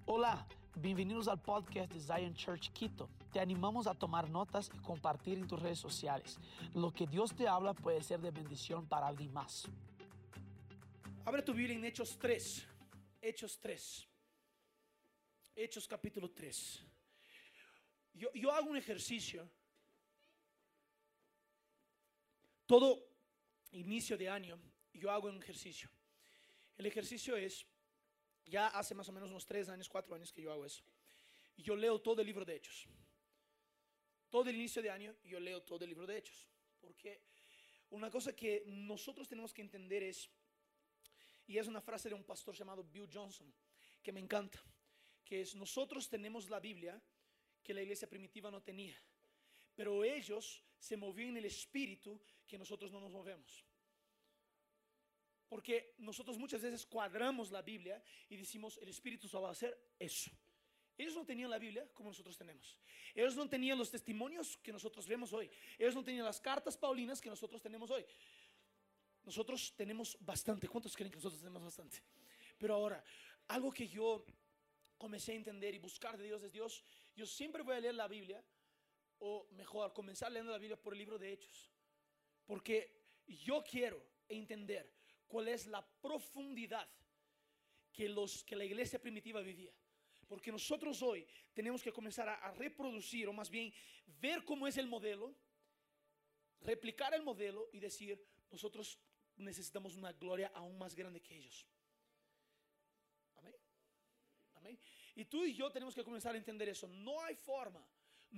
Hola, bienvenidos al podcast de Zion Church Quito. Te animamos a tomar notas y compartir en tus redes sociales. Lo que Dios te habla puede ser de bendición para alguien más. Abre tu Biblia en Hechos 3. Hechos 3. Hechos capítulo 3. Yo hago un ejercicio. Todo inicio de año yo hago un ejercicio. El ejercicio es, ya hace más o menos unos 3 años, 4 años que yo hago eso. Yo leo todo el libro de Hechos. Todo el inicio de año yo leo todo el libro de Hechos. Porque una cosa que nosotros tenemos que entender es, y es una frase de un pastor llamado Bill Johnson, que me encanta, que es: nosotros tenemos la Biblia que la iglesia primitiva no tenía, pero ellos se movían en el espíritu que nosotros no nos movemos. Porque nosotros muchas veces cuadramos la Biblia y decimos, el espíritu solo va a hacer eso. Ellos no tenían la Biblia como nosotros tenemos. Ellos no tenían los testimonios que nosotros vemos hoy. Ellos no tenían las cartas paulinas que nosotros tenemos hoy. Nosotros tenemos bastante. ¿Cuántos creen que nosotros tenemos bastante? Pero ahora, algo que yo comencé a entender y buscar de Dios es Dios. Yo siempre voy a leer la Biblia, o mejor, comenzar leyendo la Biblia por el libro de Hechos, porque yo quiero entender cuál es la profundidad que la iglesia primitiva vivía. Porque nosotros hoy tenemos que comenzar a reproducir, o más bien ver cómo es el modelo, replicar el modelo y decir, nosotros necesitamos una gloria aún más grande que ellos. Amén. Amén. Y tú y yo tenemos que comenzar a entender eso. No hay forma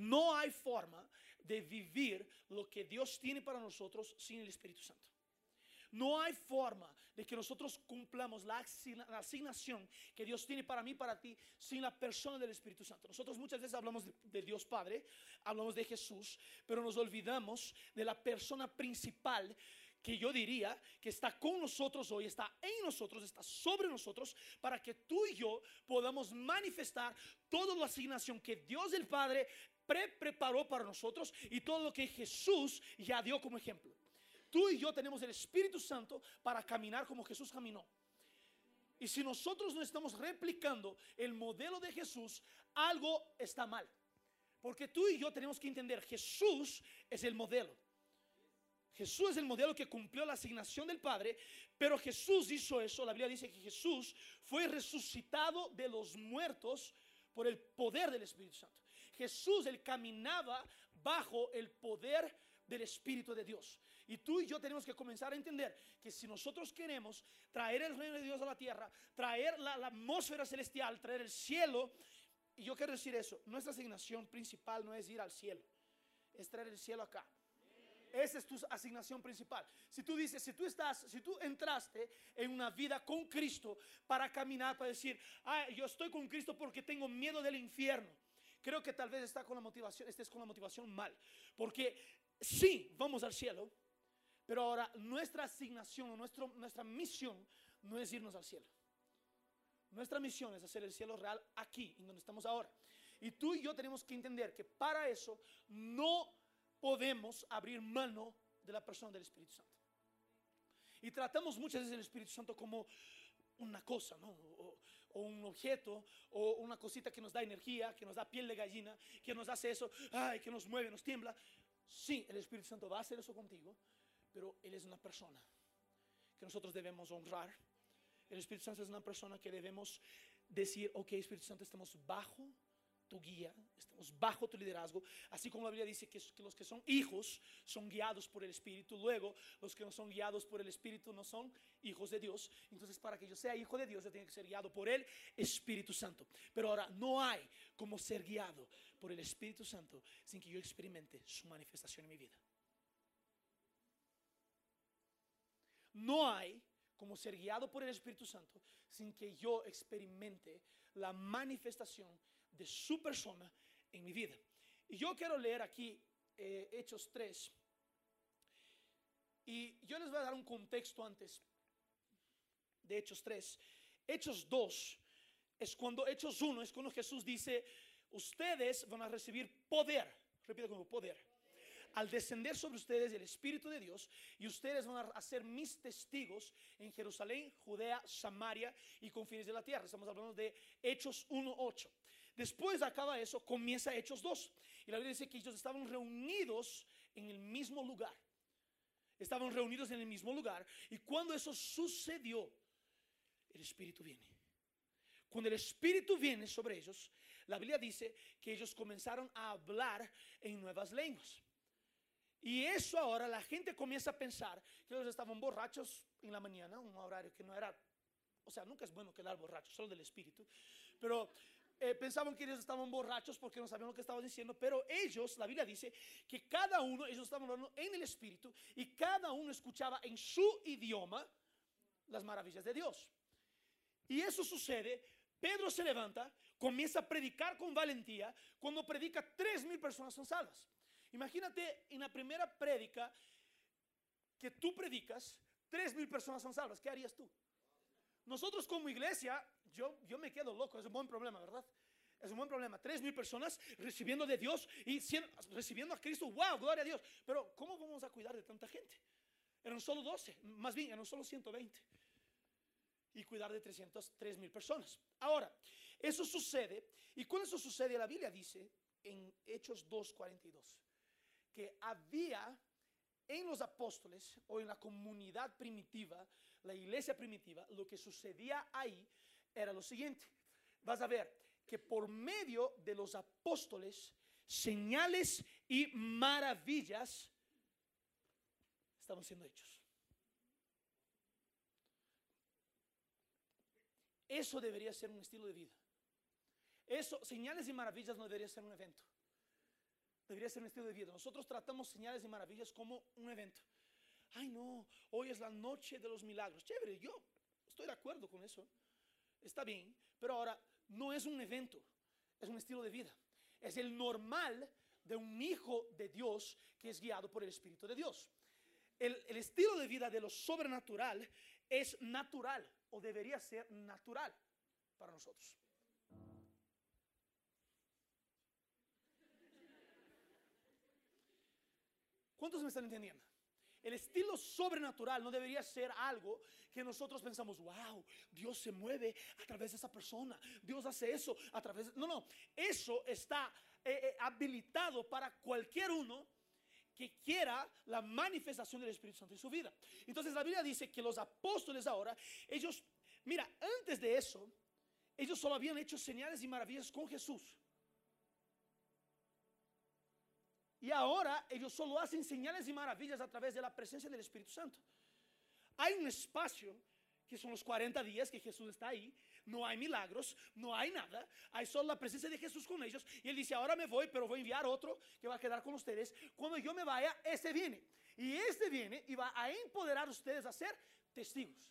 de vivir lo que Dios tiene para nosotros sin el Espíritu Santo. No hay forma de que nosotros cumplamos la asignación que Dios tiene para mí, para ti, sin la persona del Espíritu Santo. Nosotros muchas veces hablamos de Dios Padre, hablamos de Jesús, pero nos olvidamos de la persona principal, que yo diría que está con nosotros hoy, está en nosotros, está sobre nosotros, para que tú y yo podamos manifestar toda la asignación que Dios el Padre preparó para nosotros y todo lo que Jesús ya dio como ejemplo. Tú y yo tenemos el Espíritu Santo para caminar como Jesús caminó. Y si nosotros no estamos replicando el modelo de Jesús, algo está mal. Porque tú y yo tenemos que entender, Jesús es el modelo. Jesús es el modelo que cumplió la asignación del Padre, pero Jesús hizo eso. La Biblia dice que Jesús fue resucitado de los muertos por el poder del Espíritu Santo. Jesús, él caminaba bajo el poder del Espíritu de Dios. Y tú y yo tenemos que comenzar a entender que si nosotros queremos traer el reino de Dios a la tierra, traer la atmósfera celestial, traer el cielo, y yo quiero decir eso, nuestra asignación principal no es ir al cielo, es traer el cielo acá. Esa es tu asignación principal. Si tú dices, si tú entraste en una vida con Cristo para caminar, para decir, yo estoy con Cristo porque tengo miedo del infierno, creo que tal vez estés con la motivación mal. Porque sí, vamos al cielo, pero ahora nuestra asignación, nuestra misión no es irnos al cielo. Nuestra misión es hacer el cielo real aquí, en donde estamos ahora. Y tú y yo tenemos que entender que para eso no podemos abrir mano de la persona del Espíritu Santo. Y tratamos muchas veces el Espíritu Santo como una cosa, ¿no? O un objeto, o una cosita que nos da energía, que nos da piel de gallina, que nos hace eso, que nos mueve, nos tiembla. Sí, el Espíritu Santo va a hacer eso contigo, pero Él es una persona que nosotros debemos honrar. El Espíritu Santo es una persona que debemos decir, ok, Espíritu Santo, estamos bajo tu guía, estamos bajo tu liderazgo. Así como la Biblia dice que los que son hijos son guiados por el Espíritu, luego los que no son guiados por el Espíritu no son hijos de Dios. Entonces, para que yo sea hijo de Dios, yo tengo que ser guiado por el Espíritu Santo. Pero ahora no hay como ser guiado por el Espíritu Santo sin que yo experimente su manifestación en mi vida. No hay como ser guiado por el Espíritu Santo sin que yo experimente la manifestación de su persona en mi vida. Y yo quiero leer aquí Hechos 3, y yo les voy a dar un contexto antes de Hechos 3. Hechos 2 es cuando, Hechos 1 es cuando Jesús dice, ustedes van a recibir poder. Repita conmigo, poder. al descender sobre ustedes el Espíritu de Dios, y ustedes van a ser mis testigos en Jerusalén, Judea, Samaria y confines de la tierra. Estamos hablando de Hechos 1:8. Después acaba eso, comienza Hechos 2. Y la Biblia dice que ellos estaban reunidos en el mismo lugar. Estaban reunidos en el mismo lugar. Y cuando eso sucedió, el Espíritu viene. Cuando el Espíritu viene sobre ellos, la Biblia dice que ellos comenzaron a hablar en nuevas lenguas. Y eso ahora la gente comienza a pensar que ellos estaban borrachos en la mañana, un horario que no era, o sea, nunca es bueno quedar borracho, solo del Espíritu. Pero pensaban que ellos estaban borrachos porque no sabían lo que estaban diciendo. Pero ellos, la Biblia dice que cada uno, ellos estaban hablando en el Espíritu, y cada uno escuchaba en su idioma las maravillas de Dios. Y eso sucede. Pedro se levanta, comienza a predicar con valentía. Cuando predica, 3,000 personas son salvas. Imagínate en la primera prédica que tú predicas, 3,000 personas son salvas. ¿Qué harías tú? Nosotros como iglesia, yo me quedo loco. Es un buen problema, ¿verdad? Es un buen problema. 3,000 personas recibiendo de Dios y recibiendo a Cristo. ¡Wow! Gloria a Dios. Pero ¿cómo vamos a cuidar de tanta gente? Eran solo 12, más bien eran solo 120. Y cuidar de 3,000 personas. Ahora, eso sucede. Y cuando eso sucede, la Biblia dice en Hechos 2:42 que había en los apóstoles, o en la comunidad primitiva, la iglesia primitiva, lo que sucedía ahí era lo siguiente. Vas a ver que por medio de los apóstoles, señales y maravillas estaban siendo hechos. Eso debería ser un estilo de vida. Eso, señales y maravillas, no debería ser un evento. Debería ser un estilo de vida. Nosotros tratamos señales y maravillas como un evento. Ay, no, hoy es la noche de los milagros. Chévere, yo estoy de acuerdo con eso. Está bien, pero ahora no es un evento, es un estilo de vida. Es el normal de un hijo de Dios que es guiado por el Espíritu de Dios. El estilo de vida de lo sobrenatural es natural, o debería ser natural para nosotros. ¿Cuántos me están entendiendo? El estilo sobrenatural no debería ser algo que nosotros pensamos, wow, Dios se mueve a través de esa persona, Dios hace eso a través de... No, eso está habilitado para cualquier uno que quiera la manifestación del Espíritu Santo en su vida. Entonces la Biblia dice que los apóstoles ahora, ellos, mira, antes de eso, ellos solo habían hecho señales y maravillas con Jesús. Y ahora ellos solo hacen señales y maravillas a través de la presencia del Espíritu Santo. Hay un espacio que son los 40 días que Jesús está ahí. No hay milagros, no hay nada. Hay solo la presencia de Jesús con ellos. Y Él dice, ahora me voy, pero voy a enviar otro que va a quedar con ustedes. Cuando yo me vaya, este viene. Y este viene y va a empoderar a ustedes a ser testigos.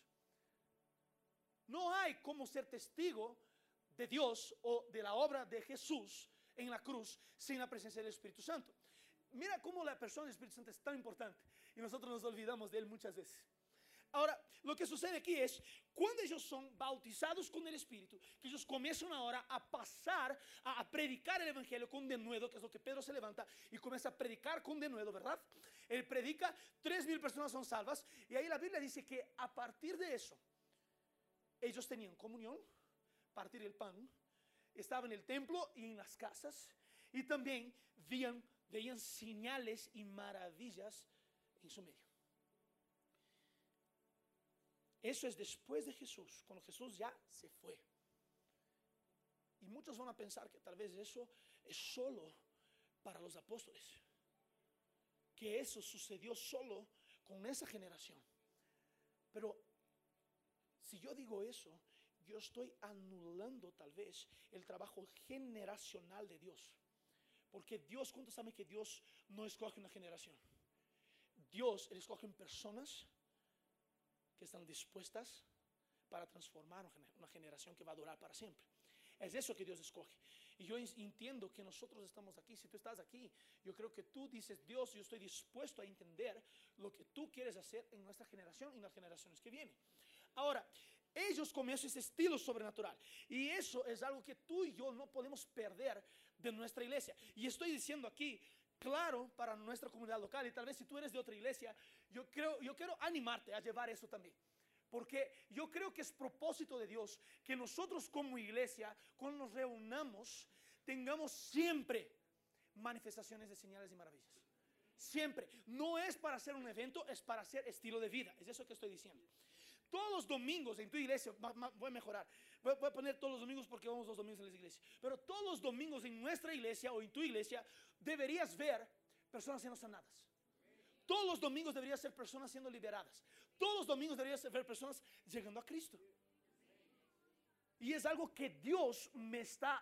No hay como ser testigo de Dios o de la obra de Jesús en la cruz sin la presencia del Espíritu Santo. Mira cómo la persona del Espíritu Santo es tan importante y nosotros nos olvidamos de él muchas veces. Ahora, lo que sucede aquí es, cuando ellos son bautizados con el Espíritu, que ellos comienzan ahora a pasar a predicar el Evangelio con denuedo, que es lo que Pedro se levanta y comienza a predicar con denuedo, ¿verdad? Él predica, 3,000 personas son salvas, y ahí la Biblia dice que a partir de eso, ellos tenían comunión, partir el pan, estaban en el templo y en las casas, y también veían señales y maravillas en su medio. Eso es después de Jesús, cuando Jesús ya se fue. Y muchos van a pensar que tal vez eso es solo para los apóstoles, que eso sucedió solo con esa generación. Pero si yo digo eso, yo estoy anulando tal vez el trabajo generacional de Dios. Porque Dios, ¿cuántos saben que Dios no escoge una generación? Dios escoge personas que están dispuestas para transformar una generación que va a durar para siempre. Es eso que Dios escoge. Y yo entiendo que nosotros estamos aquí. Si tú estás aquí, yo creo que tú dices, Dios, yo estoy dispuesto a entender lo que tú quieres hacer en nuestra generación y en las generaciones que vienen. Ahora, ellos comienzan ese estilo sobrenatural. Y eso es algo que tú y yo no podemos perder de nuestra iglesia. Y estoy diciendo aquí claro para nuestra comunidad local. Y tal vez si tú eres de otra iglesia, yo quiero animarte a llevar eso también. Porque yo creo que es propósito de Dios que nosotros como iglesia, cuando nos reunamos, tengamos siempre manifestaciones de señales y maravillas. Siempre. No es para hacer un evento, es para hacer estilo de vida. Es eso que estoy diciendo. Todos los domingos en tu iglesia, voy a mejorar. Voy a poner todos los domingos porque vamos los domingos en la iglesia. Pero todos los domingos en nuestra iglesia o en tu iglesia deberías ver personas siendo sanadas. Todos los domingos deberían ser personas siendo liberadas. Todos los domingos deberían ser personas llegando a Cristo. Y es algo que Dios me está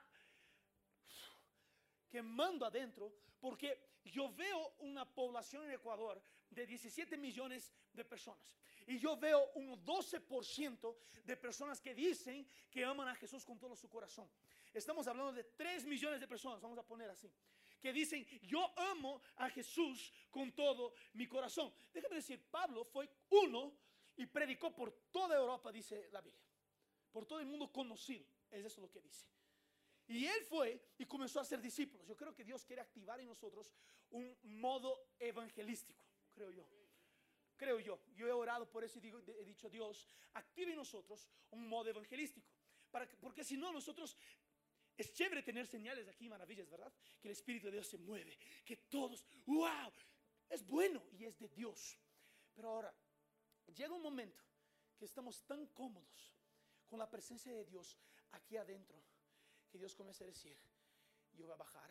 quemando adentro, porque yo veo una población en Ecuador de 17 millones de personas. Y yo veo un 12% de personas que dicen que aman a Jesús con todo su corazón. Estamos hablando de 3 millones de personas, vamos a poner así, que dicen, yo amo a Jesús con todo mi corazón. Déjame decir, Pablo fue uno y predicó por toda Europa, dice la Biblia. Por todo el mundo conocido, es eso lo que dice. Y él fue y comenzó a hacer discípulos. Yo creo que Dios quiere activar en nosotros un modo evangelístico, creo yo. Yo he orado por eso y he dicho, Dios, active en nosotros un modo evangelístico. Porque si no, nosotros, es chévere tener señales aquí, maravillas, ¿verdad? Que el Espíritu de Dios se mueve, que todos, wow, es bueno y es de Dios. Pero ahora, llega un momento que estamos tan cómodos con la presencia de Dios aquí adentro, que Dios comienza a decir, yo voy a bajar.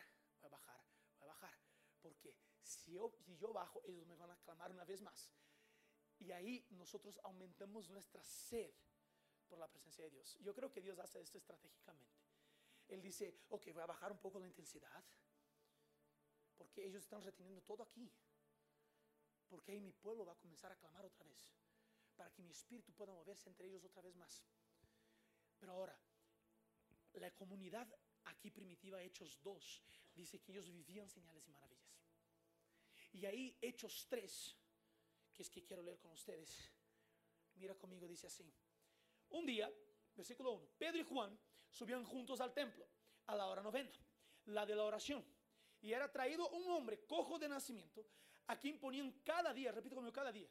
Porque si yo bajo, ellos me van a clamar una vez más. Y ahí nosotros aumentamos nuestra sed por la presencia de Dios. Yo creo que Dios hace esto estratégicamente. Él dice, ok, voy a bajar un poco la intensidad, porque ellos están reteniendo todo aquí. Porque ahí mi pueblo va a comenzar a clamar otra vez, para que mi espíritu pueda moverse entre ellos otra vez más. Pero ahora, la comunidad aquí primitiva, Hechos 2, dice que ellos vivían señales y maravillas. Y ahí Hechos 3, que es que quiero leer con ustedes, mira conmigo, dice así. Un día, versículo 1, Pedro y Juan subían juntos al templo a la hora novena, la de la oración. Y era traído un hombre cojo de nacimiento, a quien ponían cada día, repito conmigo, cada día.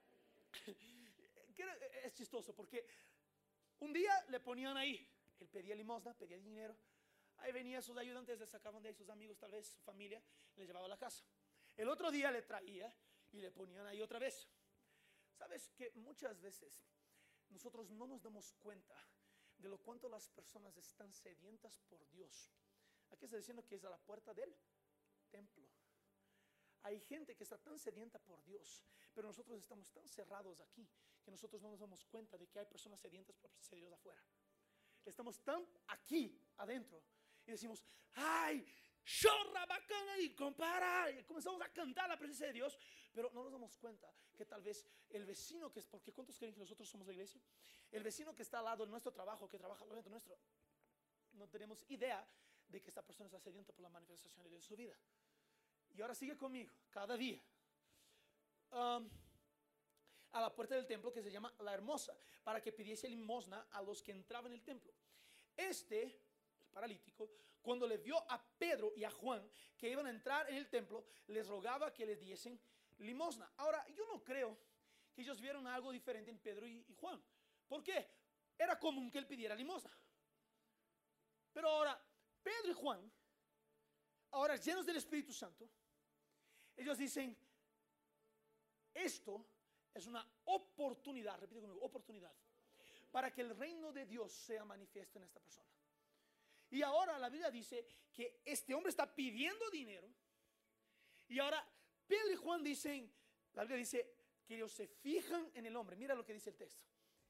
Es chistoso porque un día le ponían ahí, él pedía limosna, pedía dinero. Ahí venían sus ayudantes, le sacaban de ahí sus amigos, tal vez su familia, le llevaba a la casa. El otro día le traía y le ponían ahí otra vez. Sabes que muchas veces nosotros no nos damos cuenta de lo cuánto las personas están sedientas por Dios. Aquí está diciendo que es a la puerta del templo. Hay gente que está tan sedienta por Dios, pero nosotros estamos tan cerrados aquí que nosotros no nos damos cuenta de que hay personas sedientas por la presencia de Dios afuera. Estamos tan aquí adentro y decimos, ay, chorra bacana y compara, y comenzamos a cantar la presencia de Dios, pero no nos damos cuenta que tal vez el vecino que es, porque ¿cuántos creen que nosotros somos la iglesia? El vecino que está al lado de nuestro trabajo, que trabaja al lado de nuestro, no tenemos idea de que esta persona está sedienta por la manifestación de Dios en su vida. Y ahora sigue conmigo, cada día. A la puerta del templo, que se llama La Hermosa, para que pidiese limosna a los que entraban en el templo. El paralítico, cuando le vio a Pedro y a Juan que iban a entrar en el templo, les rogaba que les diesen limosna. Ahora, yo no creo que ellos vieron algo diferente en Pedro y Juan. ¿Por qué? Era común que él pidiera limosna. Pero ahora, Pedro y Juan, ahora llenos del Espíritu Santo, ellos dicen, esto es una oportunidad, repite conmigo, oportunidad, para que el reino de Dios sea manifiesto en esta persona. Y ahora la Biblia dice que este hombre está pidiendo dinero. Y ahora Pedro y Juan dicen, la Biblia dice que ellos se fijan en el hombre. Mira lo que dice el texto.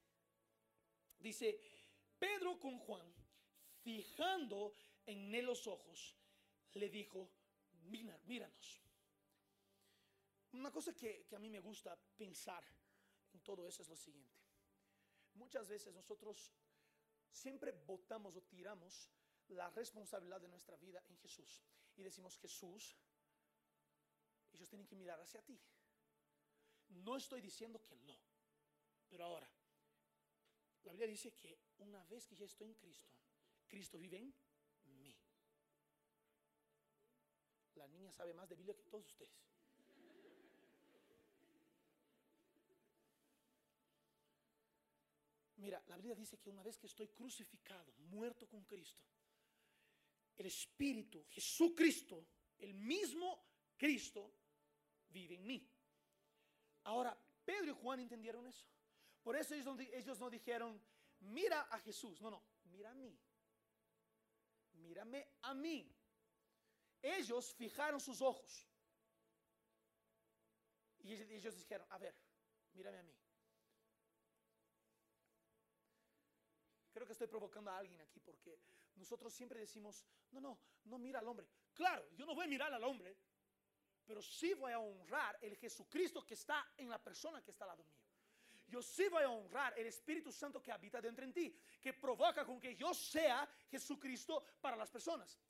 Dice, Pedro con Juan, fijando en él los ojos, le dijo, míranos. Una cosa que a mí me gusta pensar en todo eso es lo siguiente. Muchas veces nosotros siempre botamos o tiramos la responsabilidad de nuestra vida en Jesús. Y decimos, Jesús, ellos tienen que mirar hacia ti. No estoy diciendo que no. Pero ahora, la Biblia dice que una vez que ya estoy en Cristo, Cristo vive en mí. La niña sabe más de Biblia que todos ustedes. Mira, la Biblia dice que una vez que estoy crucificado, muerto con Cristo, el Espíritu, Jesucristo, el mismo Cristo, vive en mí. Ahora, Pedro y Juan entendieron eso. Por eso ellos no dijeron, mira a Jesús. No, mira a mí. Mírame a mí. Ellos fijaron sus ojos. Y ellos dijeron, a ver, mírame a mí. Creo que estoy provocando a alguien aquí porque nosotros siempre decimos, no mira al hombre. Claro, yo no voy a mirar al hombre, pero sí voy a honrar el Jesucristo que está en la persona que está al lado mío. Yo sí voy a honrar el Espíritu Santo que habita dentro en ti, que provoca con que yo sea Jesucristo para las personas.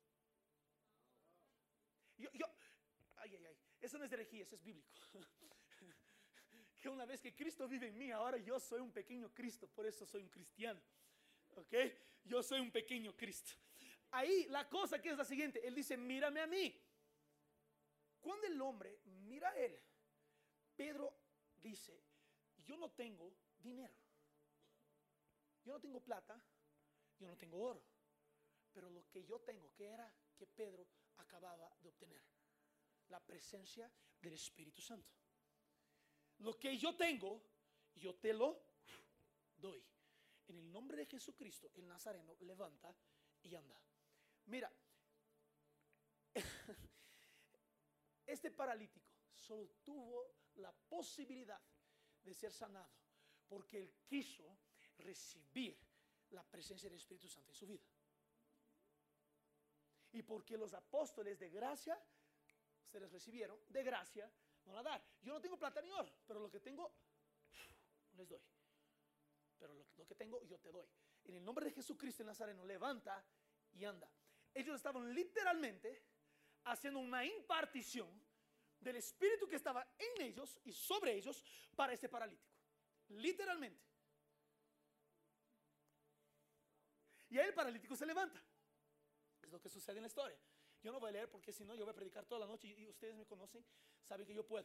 Eso no es de herejía, eso es bíblico. Que una vez que Cristo vive en mí, ahora yo soy un pequeño Cristo, por eso soy un cristiano. ¿Ok? Yo soy un pequeño Cristo. Ahí la cosa que es la siguiente, Él dice, mírame a mí. Cuando el hombre mira a Él, Pedro dice, yo no tengo dinero, yo no tengo plata, yo no tengo oro, pero lo que yo tengo, que era que Pedro acababa de obtener, la presencia del Espíritu Santo. Lo que yo tengo, yo te lo doy. En el nombre de Jesucristo, el Nazareno levanta y anda. Mira, este paralítico solo tuvo la posibilidad de ser sanado porque él quiso recibir la presencia del Espíritu Santo en su vida. Y porque los apóstoles de gracia, ustedes recibieron, de gracia, van a dar. Yo no tengo plata ni oro, pero lo que tengo, les doy. Pero lo que tengo, yo te doy. En el nombre de Jesucristo el Nazareno, levanta y anda. Ellos estaban literalmente haciendo una impartición del Espíritu que estaba en ellos y sobre ellos para este paralítico. Literalmente. Y ahí el paralítico se levanta. Es lo que sucede en la historia. Yo no voy a leer porque si no yo voy a predicar toda la noche y ustedes me conocen, saben que yo puedo.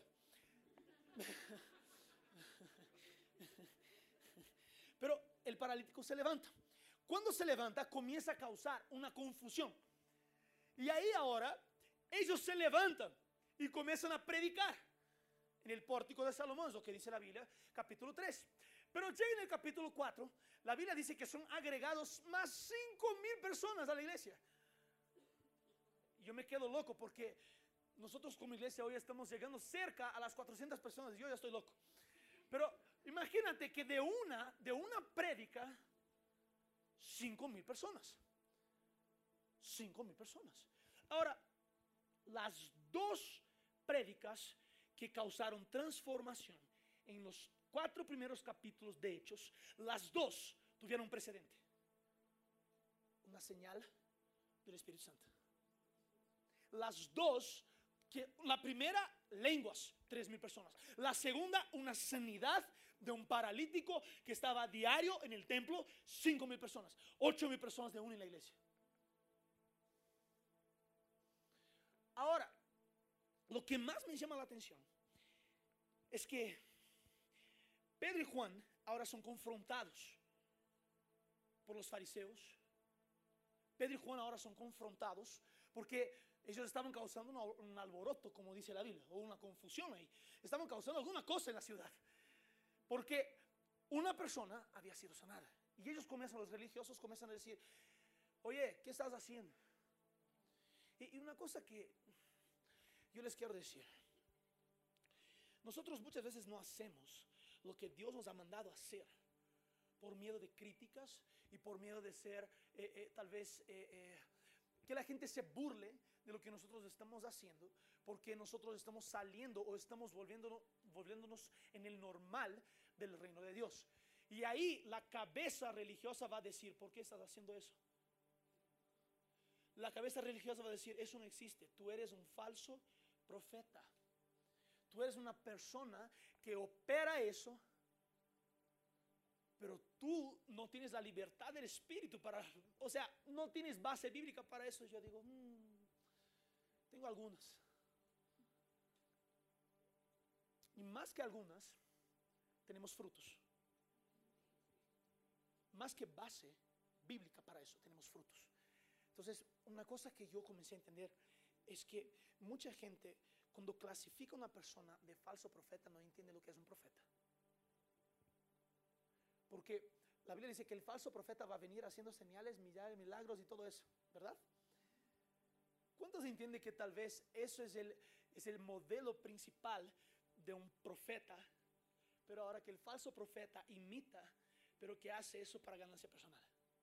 Pero el paralítico se levanta. Cuando se levanta comienza a causar una confusión. Y ahí ahora ellos se levantan y comienzan a predicar en el pórtico de Salomón, es lo que dice la Biblia, capítulo 3. Pero llega en el capítulo 4, la Biblia dice que son agregados más 5,000 personas a la iglesia. Yo me quedo loco porque nosotros como iglesia hoy estamos llegando cerca a las 400 personas y yo ya estoy loco. Pero imagínate que de una prédica 5,000 personas. 5,000 personas. Ahora, las dos prédicas que causaron transformación en los 4 primeros capítulos de Hechos, las dos tuvieron un precedente. Una señal del Espíritu Santo. Las dos, la primera, lenguas, 3,000 personas. La segunda, una sanidad de un paralítico que estaba a diario en el templo, 5,000 personas. 8,000 personas de una en la iglesia. Ahora, lo que más me llama la atención es que Pedro y Juan ahora son confrontados por los fariseos. Pedro y Juan ahora son confrontados porque ellos estaban causando un alboroto, como dice la Biblia, o una confusión ahí. Estaban causando alguna cosa en la ciudad. Porque una persona había sido sanada. Y ellos comienzan, los religiosos comienzan a decir, oye, ¿qué estás haciendo? Y una cosa que yo les quiero decir. Nosotros muchas veces no hacemos lo que Dios nos ha mandado a hacer por miedo de críticas y por miedo de ser, tal vez, que la gente se burle de lo que nosotros estamos haciendo, porque nosotros estamos saliendo o estamos volviéndonos en el normal del reino de Dios. Y ahí la cabeza religiosa va a decir, ¿por qué estás haciendo eso? La cabeza religiosa va a decir, eso no existe, tú eres un falso profeta. Tú eres una persona que opera eso, pero tú no tienes la libertad del Espíritu para, o sea, no tienes base bíblica para eso. Yo digo, Tengo algunas. Y más que algunas, tenemos frutos. Más que base bíblica para eso, tenemos frutos. Entonces, una cosa que yo comencé a entender es que mucha gente, cuando clasifica a una persona de falso profeta, no entiende lo que es un profeta. Porque la Biblia dice que el falso profeta va a venir haciendo señales, milagros y todo eso, ¿verdad? ¿Cuántos entienden que tal vez eso es el modelo principal de un profeta? Pero ahora que el falso profeta imita, pero que hace eso para ganancia personal.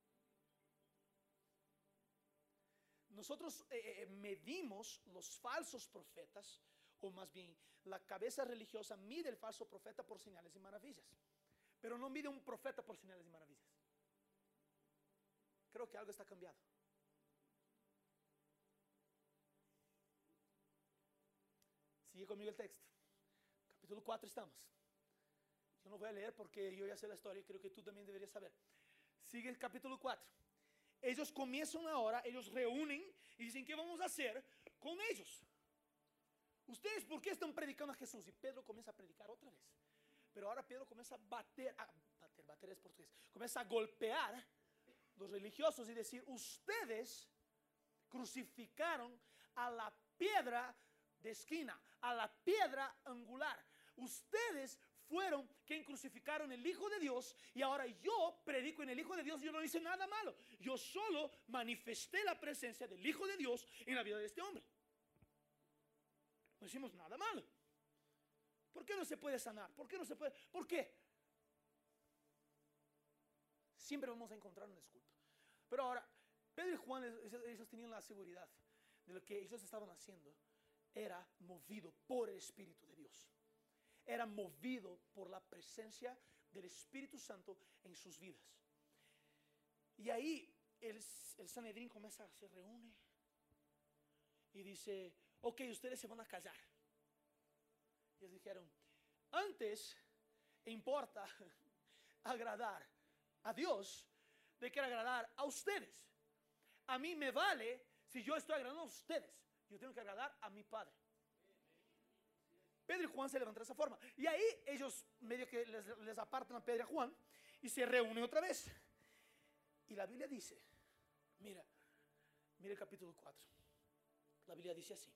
Nosotros medimos los falsos profetas, o más bien la cabeza religiosa mide el falso profeta por señales y maravillas, pero no mide un profeta por señales y maravillas. Creo que algo está cambiado. Sigue conmigo el texto. Capítulo 4 estamos. Yo no voy a leer porque yo ya sé la historia y creo que tú también deberías saber. Sigue el capítulo 4. Ellos comienzan ahora, ellos reúnen y dicen, ¿qué vamos a hacer con ellos? ¿Ustedes por qué están predicando a Jesús? Y Pedro comienza a predicar otra vez. Pero ahora Pedro comienza a bater es portugués, comienza a golpear los religiosos y decir, ustedes crucificaron a la piedra de esquina, a la piedra angular. Ustedes fueron quien crucificaron el Hijo de Dios y ahora yo predico en el Hijo de Dios. Yo no hice nada malo, yo solo manifesté la presencia del Hijo de Dios en la vida de este hombre. No hicimos nada malo. ¿Por qué no se puede sanar? ¿Por qué no se puede? ¿Por qué? Siempre vamos a encontrar una disculpa. Pero ahora, Pedro y Juan, ellos tenían la seguridad de lo que ellos estaban haciendo era movido por el Espíritu de Dios. Era movido por la presencia del Espíritu Santo en sus vidas. Y ahí el Sanedrín se reúne y dice, ok, ustedes se van a callar. Y ellos dijeron, antes importa agradar a Dios de que agradar a ustedes. A mí me vale si yo estoy agradando a ustedes. Yo tengo que agradar a mi Padre. Pedro y Juan se levantan de esa forma. Y ahí ellos medio que les apartan a Pedro y a Juan y se reúnen otra vez. Y la Biblia dice, mira el capítulo 4. La Biblia dice así.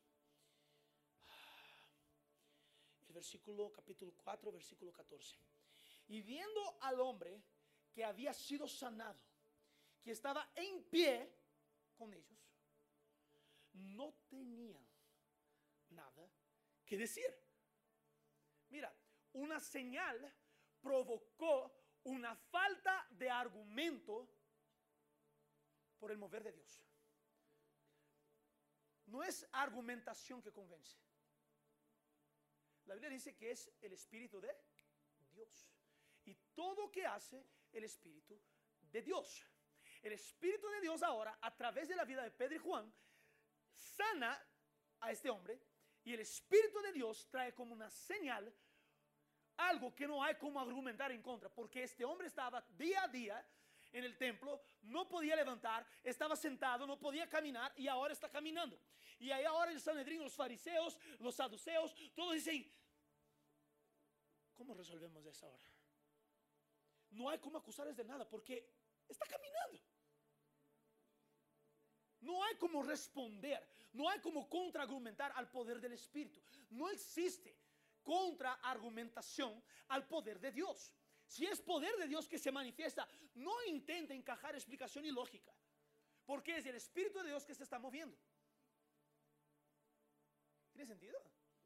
Capítulo 4, versículo 14. Y viendo al hombre que había sido sanado, que estaba en pie con ellos, no tenían nada que decir. Mira, una señal provocó una falta de argumento por el mover de Dios. No es argumentación que convence. La Biblia dice que es el Espíritu de Dios. Y todo que hace el Espíritu de Dios. El Espíritu de Dios ahora, a través de la vida de Pedro y Juan, sana a este hombre. Y el Espíritu de Dios trae como una señal algo que no hay como argumentar en contra. Porque este hombre estaba día a día en el templo, no podía levantar, estaba sentado, no podía caminar y ahora está caminando. Y ahí ahora el Sanedrín, los fariseos, los saduceos, todos dicen, ¿cómo resolvemos eso ahora? No hay como acusarles de nada porque está caminando. No hay como responder, no hay como contraargumentar al poder del Espíritu. No existe contraargumentación al poder de Dios. Si es poder de Dios que se manifiesta, no intenta encajar explicación y lógica, porque es el Espíritu de Dios que se está moviendo. ¿Tiene sentido?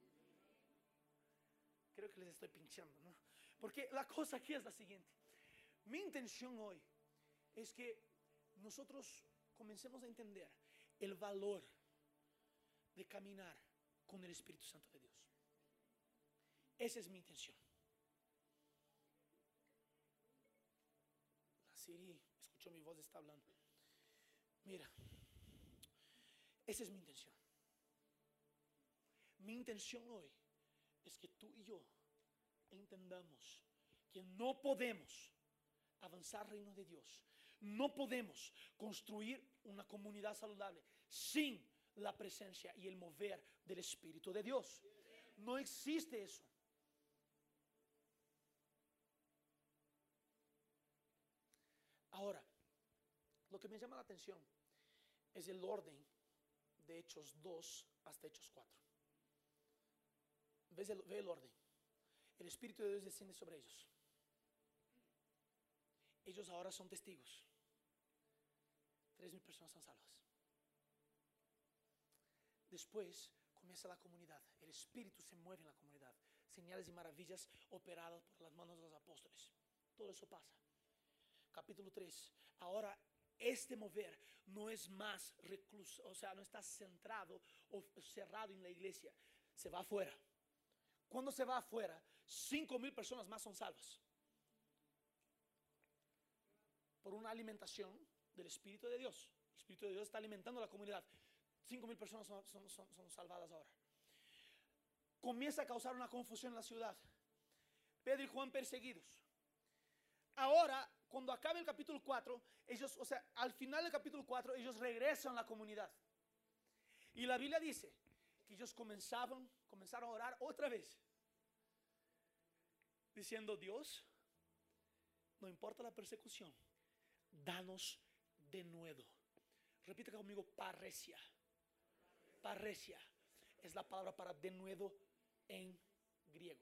Creo que les estoy pinchando, ¿no? Porque la cosa aquí es la siguiente. Mi intención hoy es que nosotros comencemos a entender el valor de caminar con el Espíritu Santo de Dios. Esa es mi intención. La Siri escuchó mi voz, está hablando. Mira, esa es mi intención. Mi intención hoy es que tú y yo entendamos que no podemos avanzar al reino de Dios. No podemos construir una comunidad saludable sin la presencia y el mover del Espíritu de Dios. No existe eso. Ahora, lo que me llama la atención es el orden de Hechos 2 hasta Hechos 4. Ve el orden. El Espíritu de Dios desciende sobre ellos. Ellos ahora son testigos. 3,000 personas son salvas. Después comienza la comunidad. El Espíritu se mueve en la comunidad. Señales y maravillas operadas por las manos de los apóstoles. Todo eso pasa. Capítulo 3. Ahora este mover no es más recluso, o sea, no está centrado o cerrado en la iglesia. Se va afuera. Cuando se va afuera, 5,000 personas más son salvas. Por una alimentación del Espíritu de Dios. El Espíritu de Dios está alimentando a la comunidad. 5,000 personas son salvadas ahora. Comienza a causar una confusión en la ciudad. Pedro y Juan perseguidos. Ahora, cuando acabe el capítulo 4, ellos, o sea, al final del capítulo 4, ellos regresan a la comunidad. Y la Biblia dice que ellos comenzaron a orar otra vez. Diciendo, Dios, no importa la persecución, danos de nuevo. Repite conmigo, parresia. Parresia es la palabra para de nuevo en griego.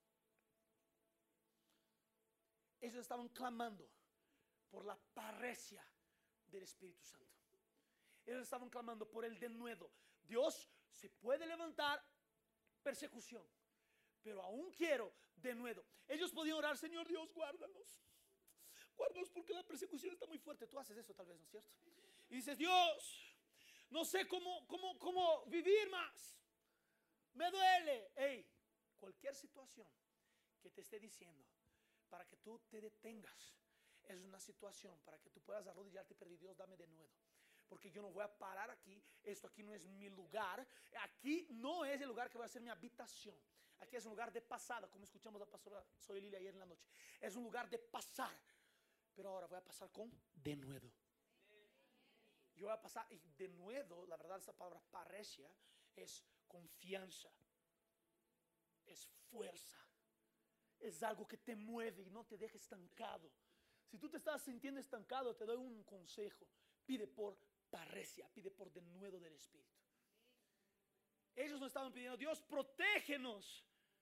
Ellos estaban clamando por la parresia del Espíritu Santo. Ellos estaban clamando por el denuedo. Dios, se puede levantar persecución, pero aún quiero denuedo. Ellos podían orar, Señor Dios, guárdanos. Guárdanos porque la persecución está muy fuerte. Tú haces eso tal vez, ¿no es cierto? Y dices, Dios, no sé cómo vivir más. Me duele. Hey, cualquier situación que te esté diciendo para que tú te detengas es una situación para que tú puedas arrodillarte y pedir, Dios, dame de nuevo. Porque yo no voy a parar aquí. Esto aquí no es mi lugar. Aquí no es el lugar que va a ser mi habitación. Aquí es un lugar de pasada, como escuchamos a la pastora Soy Lilia ayer en la noche. Es un lugar de pasar. Pero ahora voy a pasar con de nuevo. Yo voy a pasar, y de nuevo, la verdad, esa palabra parresia es confianza, es fuerza, es algo que te mueve y no te deja estancado. Si tú te estás sintiendo estancado, te doy un consejo: pide por parresia, pide por denuedo del Espíritu. Ellos no estaban pidiendo, Dios, protégenos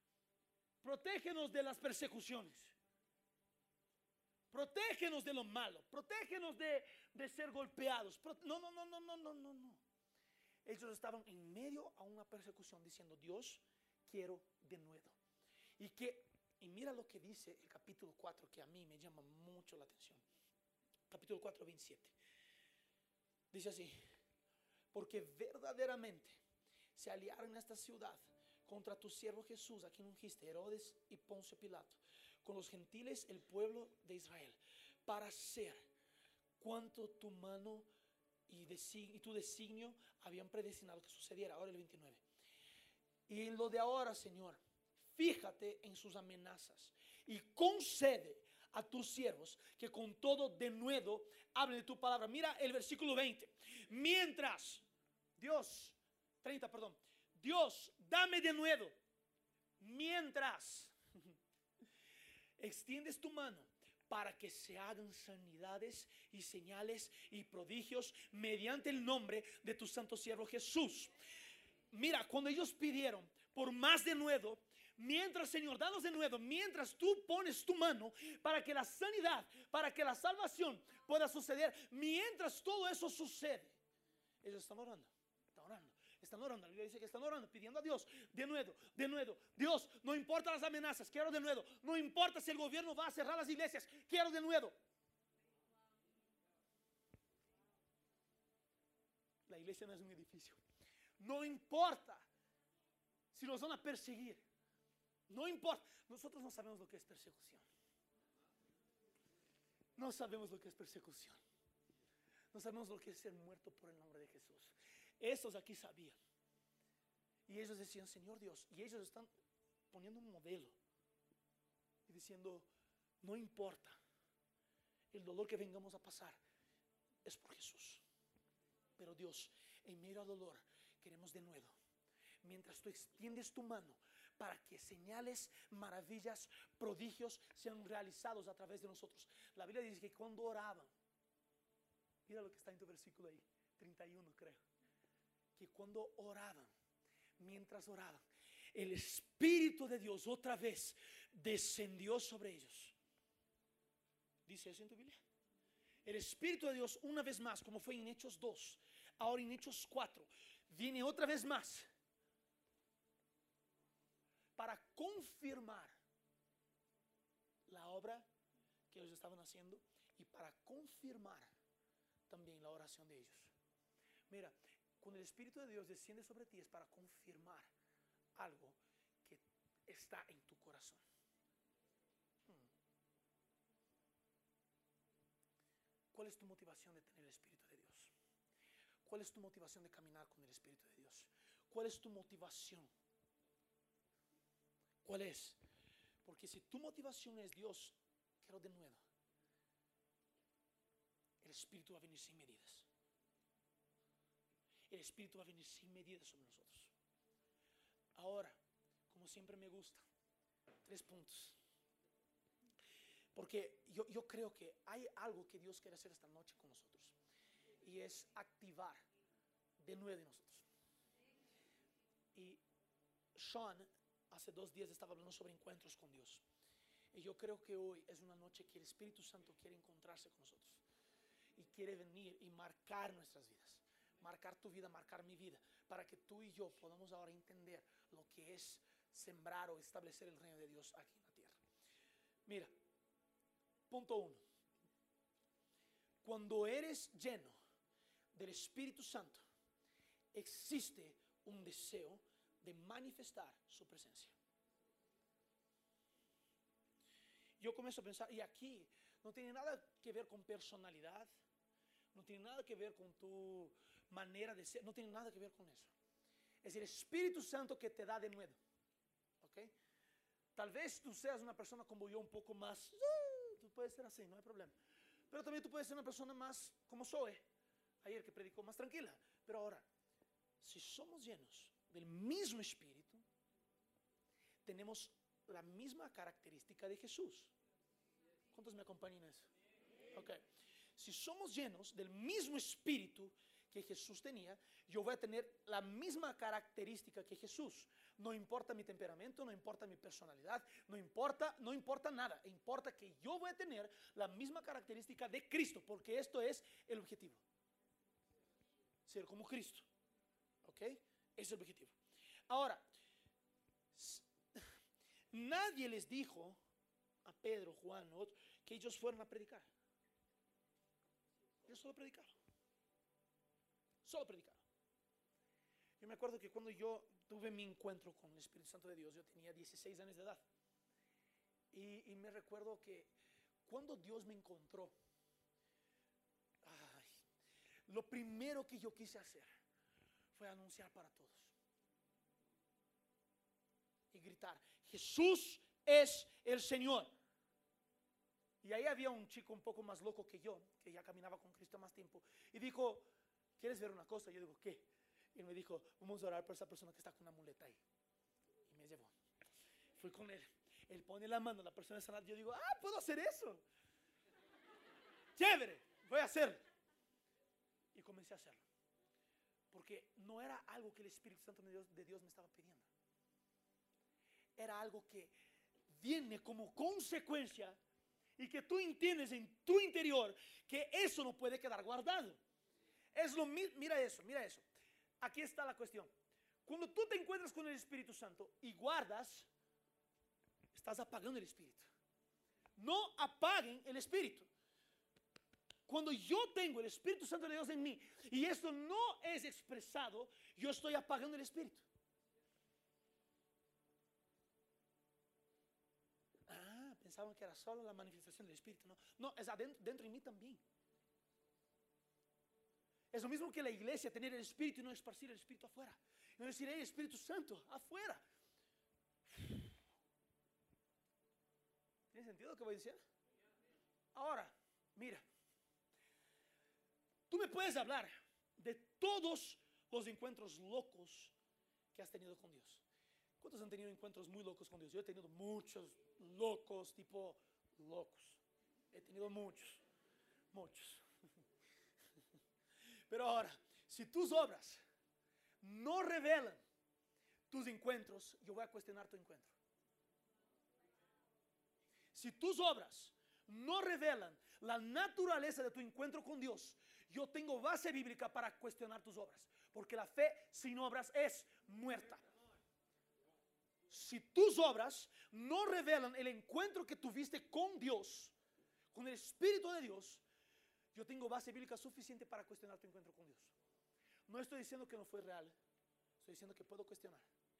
de las persecuciones, protégenos de lo malo, protégenos de ser golpeados. No. Ellos estaban en medio a una persecución diciendo, Dios, quiero denuedo. Y mira lo que dice el capítulo 4, que a mí me llama mucho la atención. Capítulo 4, 27. Dice así: porque verdaderamente se aliaron en esta ciudad contra tu siervo Jesús, a quien ungiste, Herodes y Poncio Pilato, con los gentiles, el pueblo de Israel, para hacer cuanto tu mano y tu designio habían predestinado que sucediera. Ahora el 29. Y en lo de ahora, Señor, fíjate en sus amenazas y concede a tus siervos que con todo denuedo hablen de tu palabra. Mira el versículo 20. Mientras, Dios, 30, perdón. Dios, dame denuedo. Mientras extiendes tu mano para que se hagan sanidades y señales y prodigios mediante el nombre de tu santo siervo Jesús. Mira, cuando ellos pidieron por más denuedo, mientras, Señor, danos denuedo, mientras tú pones tu mano para que la sanidad, para que la salvación pueda suceder, mientras todo eso sucede, ellos están orando, están orando. La Biblia dice que están orando, pidiendo a Dios denuedo. Dios, no importa las amenazas, quiero denuedo. No importa si el gobierno va a cerrar las iglesias, quiero denuedo. La iglesia no es un edificio. No importa si nos van a perseguir. No importa. Nosotros no sabemos lo que es persecución. No sabemos lo que es persecución. No sabemos lo que es ser muerto por el nombre de Jesús. Estos aquí sabían. Y ellos decían, Señor Dios. Y ellos están poniendo un modelo y diciendo, no importa el dolor que vengamos a pasar, es por Jesús. Pero Dios, en medio al dolor, queremos de nuevo. Mientras tú extiendes tu mano para que señales, maravillas, prodigios sean realizados a través de nosotros. La Biblia dice que cuando oraban, mira lo que está en tu versículo ahí, 31 creo, que cuando oraban, mientras oraban, el Espíritu de Dios otra vez descendió sobre ellos. ¿Dice eso en tu Biblia? El Espíritu de Dios una vez más, como fue en Hechos 2, ahora en Hechos 4, viene otra vez más para confirmar la obra que ellos estaban haciendo y para confirmar también la oración de ellos. Mira, cuando el Espíritu de Dios desciende sobre ti es para confirmar algo que está en tu corazón. ¿Cuál es tu motivación de tener el Espíritu de Dios? ¿Cuál es tu motivación de caminar con el Espíritu de Dios? ¿Cuál es tu motivación? ¿Cuál es? Porque si tu motivación es Dios, quiero de nuevo, el Espíritu va a venir sin medidas. El Espíritu va a venir sin medidas sobre nosotros. Ahora, como siempre me gusta, 3 puntos. Porque yo creo que hay algo que Dios quiere hacer esta noche con nosotros. Y es activar de nuevo en nosotros. Y Sean hace 2 días estaba hablando sobre encuentros con Dios. Y yo creo que hoy es una noche que el Espíritu Santo quiere encontrarse con nosotros. Y quiere venir y marcar nuestras vidas. Marcar tu vida, marcar mi vida. Para que tú y yo podamos ahora entender lo que es sembrar o establecer el reino de Dios aquí en la tierra. Mira, punto 1. Cuando eres lleno del Espíritu Santo, existe un deseo de manifestar su presencia. Yo comienzo a pensar, y aquí no tiene nada que ver con personalidad, no tiene nada que ver con tu manera de ser, no tiene nada que ver con eso. Es el Espíritu Santo que te da de nuevo. ¿Ok? Tal vez tú seas una persona como yo, un poco más, tú puedes ser así, no hay problema. Pero también tú puedes ser una persona más como Zoe, ayer que predicó, más tranquila. Pero ahora, si somos llenos del mismo Espíritu, tenemos la misma característica de Jesús. ¿Cuántos me acompañan en eso? Ok. Si somos llenos del mismo Espíritu que Jesús tenía, yo voy a tener la misma característica que Jesús. No importa mi temperamento, no importa mi personalidad, no importa nada. Importa que yo voy a tener la misma característica de Cristo, porque esto es el objetivo. Ser como Cristo. ¿Ok? Es el objetivo. Ahora, nadie les dijo a Pedro, Juan, que ellos fueron a predicar. Ellos solo predicaron. Solo predicaron. Yo me acuerdo que cuando yo tuve mi encuentro con el Espíritu Santo de Dios, yo tenía 16 años de edad. Y me recuerdo que cuando Dios me encontró, lo primero que yo quise hacer fue anunciar para todos. Y gritar, Jesús es el Señor. Y ahí había un chico un poco más loco que yo, que ya caminaba con Cristo más tiempo. Y dijo, ¿quieres ver una cosa? Yo digo, ¿qué? Y me dijo, vamos a orar por esa persona que está con una muleta ahí. Y me llevó. Fui con él. Él pone la mano, la persona es sanada. Yo digo, ¿puedo hacer eso? Chévere, voy a hacerlo. Y comencé a hacerlo. Porque no era algo que el Espíritu Santo de Dios me estaba pidiendo. Era algo que viene como consecuencia y que tú entiendes en tu interior que eso no puede quedar guardado. Es lo mismo, mira eso. Aquí está la cuestión. Cuando tú te encuentras con el Espíritu Santo y guardas, estás apagando el Espíritu. No apaguen el Espíritu. Cuando yo tengo el Espíritu Santo de Dios en mí y esto no es expresado, yo estoy apagando el Espíritu. Pensaban que era solo la manifestación del Espíritu. No, es adentro, dentro de mí también. Es lo mismo que la iglesia, tener el Espíritu y no esparcir el Espíritu afuera. Y no decir, Espíritu Santo, afuera. ¿Tiene sentido lo que voy a decir? Ahora, mira. Tú me puedes hablar de todos los encuentros locos que has tenido con Dios? ¿Cuántos han tenido encuentros muy locos con Dios? Yo he tenido muchos locos, tipo locos. He tenido muchos. Pero ahora, si tus obras no revelan tus encuentros, yo voy a cuestionar tu encuentro. Si tus obras no revelan la naturaleza de tu encuentro con Dios, yo tengo base bíblica para cuestionar tus obras, porque la fe sin obras es muerta. Si tus obras no revelan el encuentro que tuviste con Dios, con el Espíritu de Dios, yo tengo base bíblica suficiente para cuestionar tu encuentro con Dios. No estoy diciendo que no fue real, estoy diciendo que puedo cuestionar.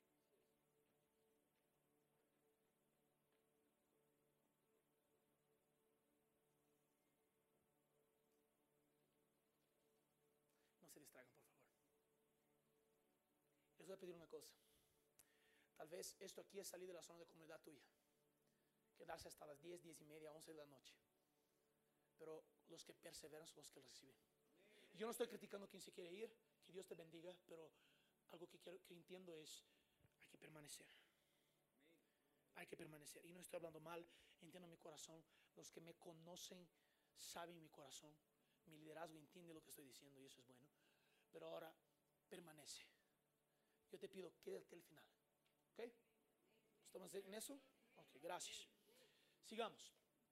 No se distraigan, por favor. Les voy a pedir una cosa. Tal vez esto aquí es salir de la zona de comodidad tuya, quedarse hasta las 10, 10 y media, 11 de la noche. Pero los que perseveran son los que reciben. Yo no estoy criticando a quien se quiere ir, que Dios te bendiga, pero algo que entiendo es, hay que permanecer. Hay que permanecer. Y no estoy hablando mal, entiendo mi corazón. Los que me conocen saben mi corazón. Mi liderazgo entiende lo que estoy diciendo y eso es bueno. Pero ahora, permanece. Yo te pido, quédate al final. ¿Ok? ¿Estamos en eso? Ok, gracias. Sigamos.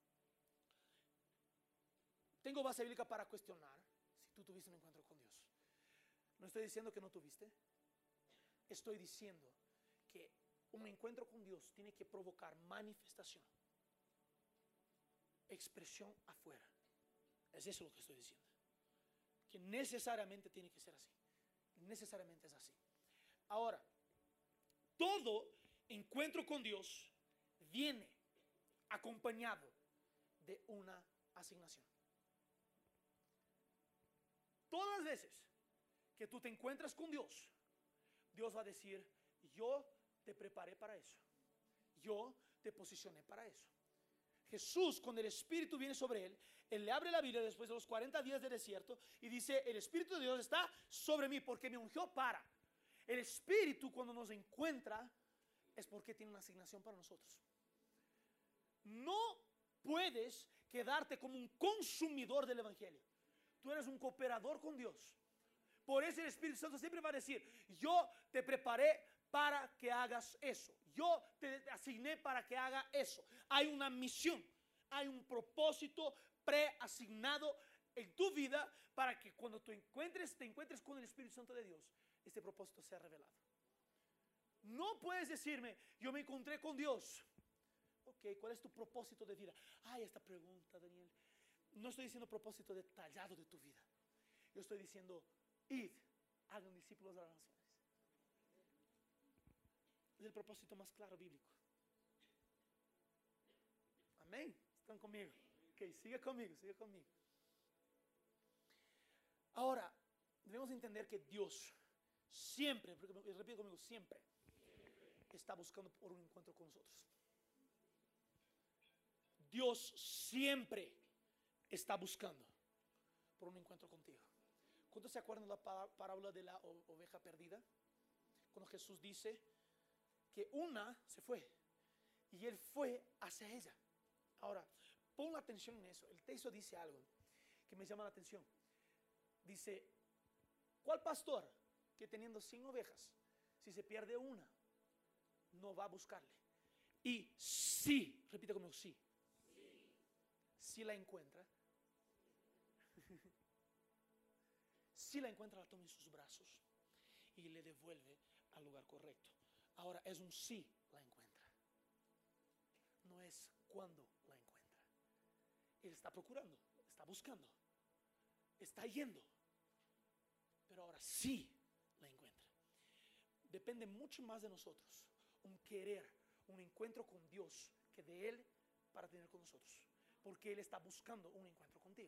Tengo base bíblica para cuestionar si tú tuviste un encuentro con Dios. No estoy diciendo que no tuviste. Estoy diciendo que un encuentro con Dios tiene que provocar manifestación, expresión afuera. Es eso lo que estoy diciendo. Que necesariamente tiene que ser así. Necesariamente es así. Ahora, todo encuentro con Dios viene acompañado de una asignación. Todas las veces que tú te encuentras con Dios, Dios va a decir, yo te preparé para eso. Yo te posicioné para eso. Jesús, cuando el Espíritu viene sobre él, él le abre la Biblia después de los 40 días de desierto y dice, el Espíritu de Dios está sobre mí porque me ungió para. El Espíritu cuando nos encuentra es porque tiene una asignación para nosotros. No puedes quedarte como un consumidor del Evangelio. Tú eres un cooperador con Dios. Por eso el Espíritu Santo siempre va a decir, yo te preparé para que hagas eso. Yo te asigné para que haga eso. Hay una misión, hay un propósito preasignado en tu vida para que cuando te encuentres con el Espíritu Santo de Dios, este propósito sea revelado. No puedes decirme, yo me encontré con Dios. Ok, ¿cuál es tu propósito de vida? Ay, esta pregunta, Daniel. No estoy diciendo propósito detallado de tu vida. Yo estoy diciendo, id, hagan discípulos de las naciones. Es el propósito más claro bíblico. Amén. ¿Están conmigo? Ok, sigue conmigo. Ahora, debemos entender que Dios siempre, repito conmigo, siempre está buscando por un encuentro con nosotros. Dios siempre está buscando por un encuentro contigo. ¿Cuántos se acuerdan de la parábola de la oveja perdida? Cuando Jesús dice que una se fue y él fue hacia ella. Ahora, pon atención en eso. El texto dice algo que me llama la atención. Dice, ¿cuál pastor que teniendo 100 ovejas, si se pierde una, no va a buscarle? Y sí, repite conmigo, sí. Si la encuentra, si la encuentra, la toma en sus brazos y le devuelve al lugar correcto. Ahora es un sí la encuentra, no es cuando la encuentra. Él está procurando, está buscando, está yendo, pero ahora sí la encuentra. Depende mucho más de nosotros un querer, un encuentro con Dios, que de Él para tener con nosotros, porque Él está buscando un encuentro contigo.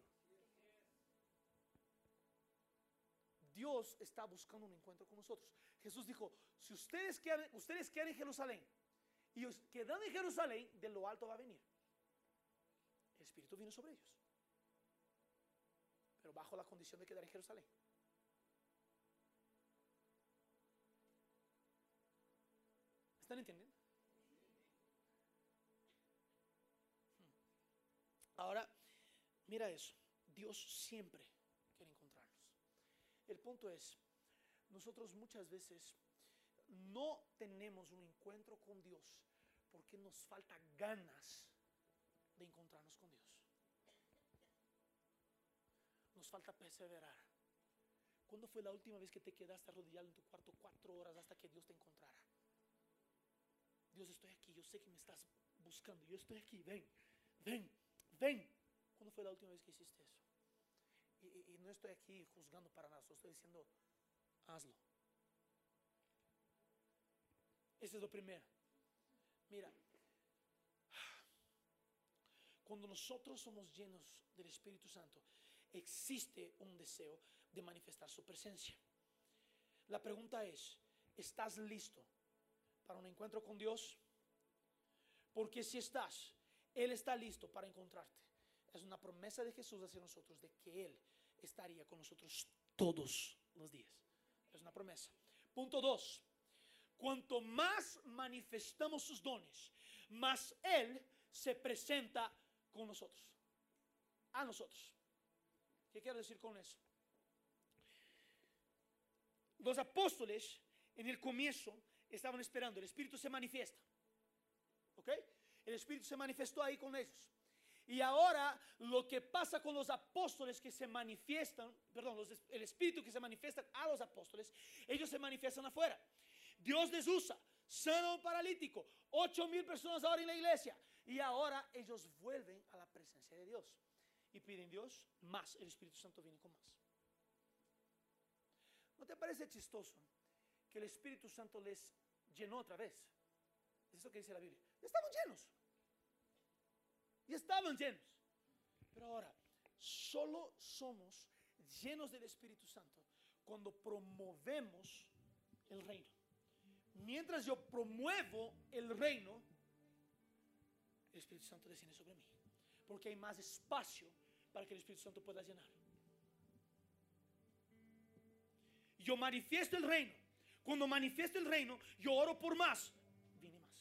Dios está buscando un encuentro con nosotros. Jesús dijo, si ustedes quedan en Jerusalén y quedan en Jerusalén, de lo alto va a venir. El Espíritu vino sobre ellos, pero bajo la condición de quedar en Jerusalén. ¿Están entendiendo? Ahora, mira eso. Dios siempre quiere encontrarnos. El punto es, nosotros muchas veces no tenemos un encuentro con Dios porque nos falta ganas de encontrarnos con Dios. Nos falta perseverar. ¿Cuándo fue la última vez que te quedaste arrodillado en tu cuarto 4 horas hasta que Dios te encontrara? Dios, estoy aquí, yo sé que me estás buscando, yo estoy aquí, ven, ven, ven. ¿Cuándo fue la última vez que hiciste eso? Y no estoy aquí juzgando para nada, solo estoy diciendo, hazlo. Eso es lo primero. Mira, cuando nosotros somos llenos del Espíritu Santo, existe un deseo de manifestar su presencia. La pregunta es, ¿estás listo para un encuentro con Dios? Porque si estás, Él está listo para encontrarte. Es una promesa de Jesús hacia nosotros de que Él estaría con nosotros todos los días. Es una promesa. Punto 2. Cuanto más manifestamos sus dones, más Él se presenta con nosotros. A nosotros. ¿Qué quiero decir con eso? Los apóstoles en el comienzo estaban esperando, el Espíritu se manifiesta. ¿Ok? El Espíritu se manifestó ahí con ellos. Y ahora lo que pasa con los apóstoles que se manifiestan, el Espíritu que se manifiesta a los apóstoles, ellos se manifiestan afuera. Dios les usa, sana a un paralítico, 8,000 personas ahora en la iglesia. Y ahora ellos vuelven a la presencia de Dios y piden Dios más, el Espíritu Santo viene con más. ¿No te parece chistoso que el Espíritu Santo les llenó otra vez? Es eso que dice la Biblia. Ya estaban llenos. Ya estaban llenos. Pero ahora, solo somos llenos del Espíritu Santo cuando promovemos el reino. Mientras yo promuevo el reino, el Espíritu Santo desciende sobre mí. Porque hay más espacio para que el Espíritu Santo pueda llenar. Yo manifiesto el reino. Cuando manifiesto el reino, yo oro por más. Viene más.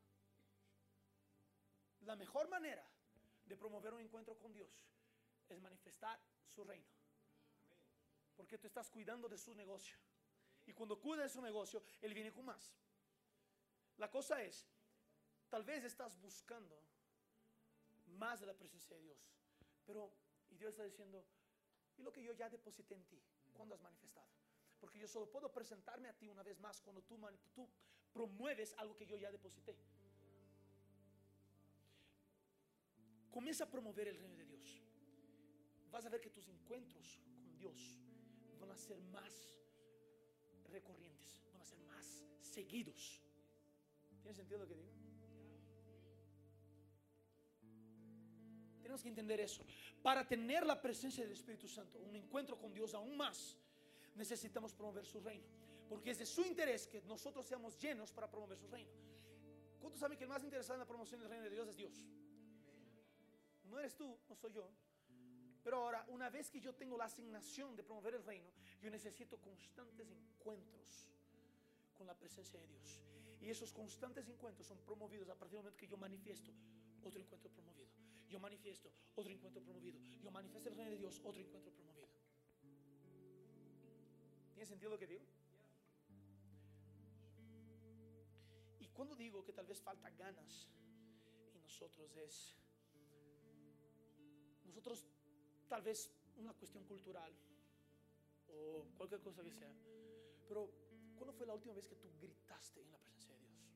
La mejor manera de promover un encuentro con Dios es manifestar su reino. Porque tú estás cuidando de su negocio. Y cuando cuida de su negocio, Él viene con más. La cosa es, tal vez estás buscando más de la presencia de Dios. Y Dios está diciendo, ¿y lo que yo ya deposité en ti? ¿Cuándo has manifestado? Porque yo solo puedo presentarme a ti una vez más cuando tú promueves algo que yo ya deposité. Comienza a promover el reino de Dios. Vas a ver que tus encuentros con Dios van a ser más recurrentes, van a ser más seguidos. ¿Tiene sentido lo que digo? Tenemos que entender eso. Para tener la presencia del Espíritu Santo, un encuentro con Dios aún más, necesitamos promover su reino. Porque es de su interés que nosotros seamos llenos para promover su reino. ¿Cuántos saben que el más interesado en la promoción del reino de Dios es Dios? No eres tú, no soy yo. Pero ahora, una vez que yo tengo la asignación de promover el reino, yo necesito constantes encuentros con la presencia de Dios. Y esos constantes encuentros son promovidos a partir del momento que yo manifiesto otro encuentro promovido. Yo manifiesto otro encuentro promovido. Yo manifiesto el reino de Dios, otro encuentro promovido. ¿Tiene sentido lo que digo? Y cuando digo que tal vez falta ganas en nosotros es... Nosotros tal vez una cuestión cultural o cualquier cosa que sea, pero ¿cuándo fue la última vez que tú gritaste en la presencia de Dios?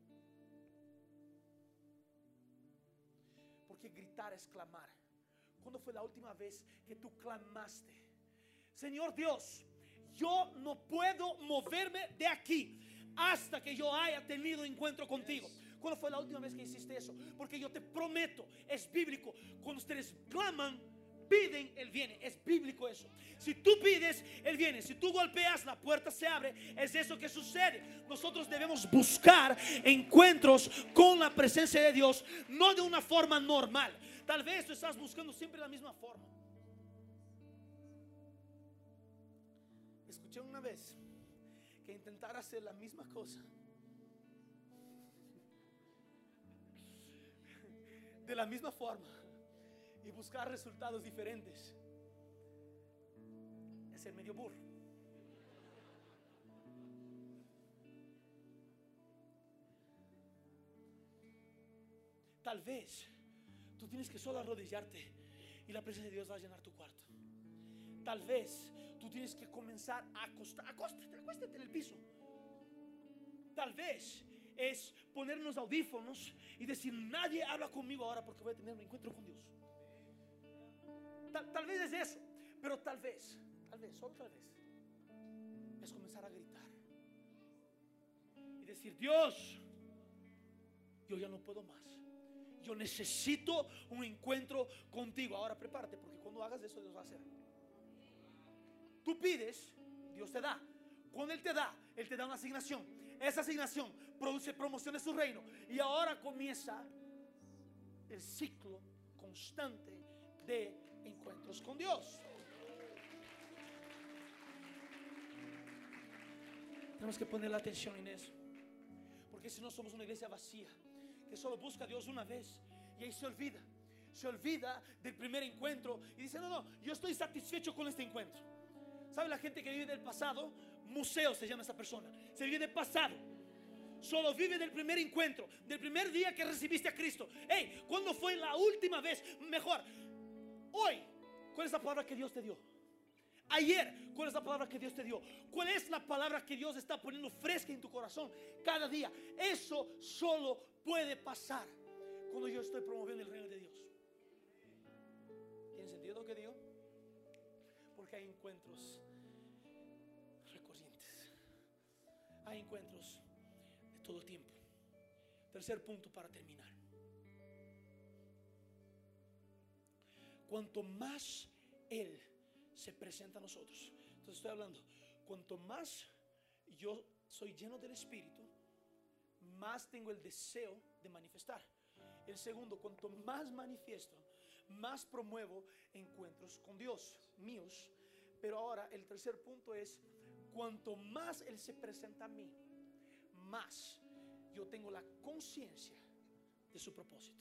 Porque gritar es clamar. ¿Cuándo fue la última vez que tú clamaste? Señor Dios, yo no puedo moverme de aquí hasta que yo haya tenido encuentro contigo. ¿Cuándo fue la última vez que hiciste eso? Porque yo te prometo, es bíblico, cuando ustedes claman, piden, Él viene. Es bíblico eso. Si tú pides, Él viene. Si tú golpeas, la puerta se abre. Es eso que sucede. Nosotros debemos buscar encuentros con la presencia de Dios, no de una forma normal. Tal vez tú estás buscando siempre la misma forma. Escuché una vez que intentar hacer la misma cosa de la misma forma y buscar resultados diferentes es ser medio burro. Tal vez tú tienes que solo arrodillarte y la presencia de Dios va a llenar tu cuarto. Tal vez tú tienes que comenzar a acuéstate en el piso. Tal vez es ponernos audífonos y decir: nadie habla conmigo ahora porque voy a tener un encuentro con Dios. Tal vez es eso, pero tal vez, solo tal vez, es comenzar a gritar y decir: Dios, yo ya no puedo más. Yo necesito un encuentro contigo. Ahora prepárate, porque cuando hagas eso, Dios va a hacer. Tú pides, Dios te da. Cuando Él te da una asignación. Esa asignación produce promoción de su reino. Y ahora comienza el ciclo constante de encuentros con Dios. Tenemos que poner la atención en eso, porque si no somos una iglesia vacía que solo busca a Dios una vez y ahí se olvida del primer encuentro y dice: no, yo estoy satisfecho con este encuentro. ¿Sabe la gente que vive del pasado? Museo se llama esa persona. Se vive del pasado. Solo vive del primer encuentro, del primer día que recibiste a Cristo. Hey, ¿cuándo fue la última vez? Mejor, hoy, ¿cuál es la palabra que Dios te dio? Ayer, ¿cuál es la palabra que Dios te dio? ¿Cuál es la palabra que Dios está poniendo fresca en tu corazón cada día? Eso solo puede pasar cuando yo estoy promoviendo el reino de Dios. ¿Tiene sentido lo que digo? Porque hay encuentros recurrentes. Hay encuentros de todo el tiempo. Tercer punto para terminar. Cuanto más Él se presenta a nosotros, entonces estoy hablando, cuanto más yo soy lleno del Espíritu, más tengo el deseo de manifestar. El segundo, cuanto más manifiesto, más promuevo encuentros con Dios míos. Pero ahora el tercer punto es: cuanto más Él se presenta a mí, más yo tengo la conciencia de su propósito.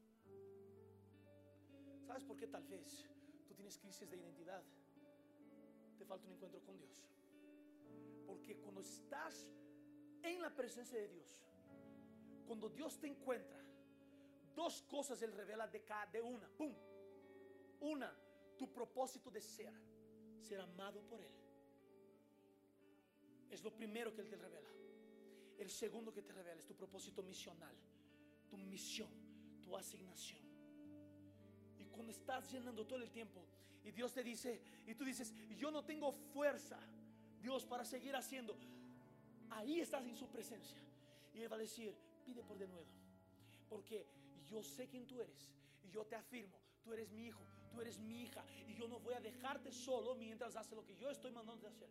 ¿Sabes por qué tal vez tú tienes crisis de identidad? Te falta un encuentro con Dios. Porque cuando estás en la presencia de Dios, cuando Dios te encuentra, dos cosas Él revela de una. ¡Pum! Una, tu propósito de ser amado por Él. Es lo primero que Él te revela. El segundo que te revela es tu propósito misional, tu misión, tu asignación. Y cuando estás llenando todo el tiempo y Dios te dice, y tú dices: yo no tengo fuerza, Dios, para seguir haciendo, ahí estás en su presencia y Él va a decir: pide por de nuevo, porque yo sé quién tú eres y yo te afirmo, tú eres mi hijo, tú eres mi hija, y yo no voy a dejarte solo mientras haces lo que yo estoy mandándote hacer.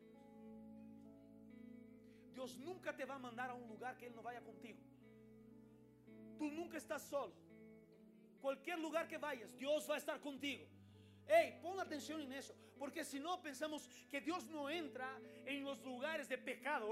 Dios nunca te va a mandar a un lugar que Él no vaya contigo. Tú nunca estás solo. Cualquier lugar que vayas, Dios va a estar contigo. Hey, pon atención en eso, porque si no pensamos que Dios no entra en los lugares de pecado.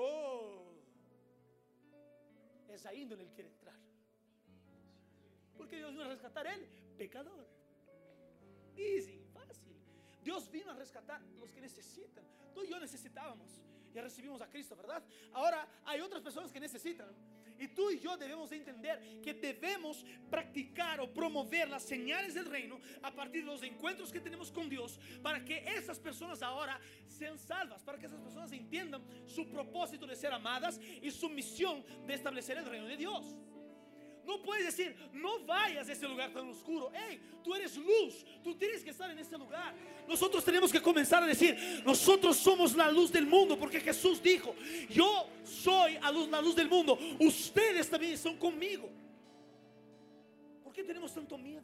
Es ahí donde Él quiere entrar, porque Dios vino a rescatar a Él, pecador. Easy, fácil. Dios vino a rescatar los que necesitan. Tú y yo necesitábamos, ya recibimos a Cristo, ¿verdad? Ahora hay otras personas que necesitan. Y tú y yo debemos de entender que debemos practicar o promover las señales del reino a partir de los encuentros que tenemos con Dios, para que esas personas ahora sean salvas, para que esas personas entiendan su propósito de ser amadas y su misión de establecer el reino de Dios. No puedes decir: no vayas a ese lugar tan oscuro. Hey, tú eres luz, tú tienes que estar en ese lugar. Nosotros tenemos que comenzar a decir: nosotros somos la luz del mundo, porque Jesús dijo: yo soy la luz del mundo, ustedes también son conmigo. ¿Por qué tenemos tanto miedo?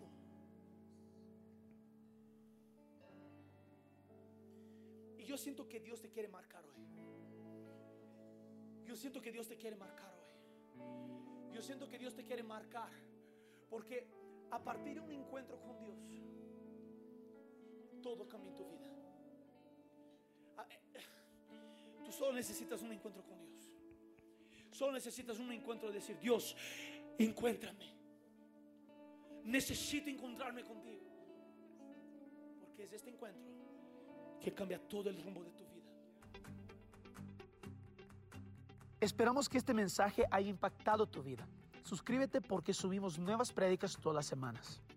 Y yo siento que Dios te quiere marcar hoy. Yo siento que Dios te quiere marcar hoy. Yo siento que Dios te quiere marcar, porque a partir de un encuentro con Dios, todo cambia en tu vida. Tú solo necesitas un encuentro con Dios. Solo necesitas un encuentro de decir: Dios, encuéntrame. necesito encontrarme contigo. Porque es este encuentro que cambia todo el rumbo de tu vida. Esperamos que este mensaje haya impactado tu vida. Suscríbete porque subimos nuevas prédicas todas las semanas.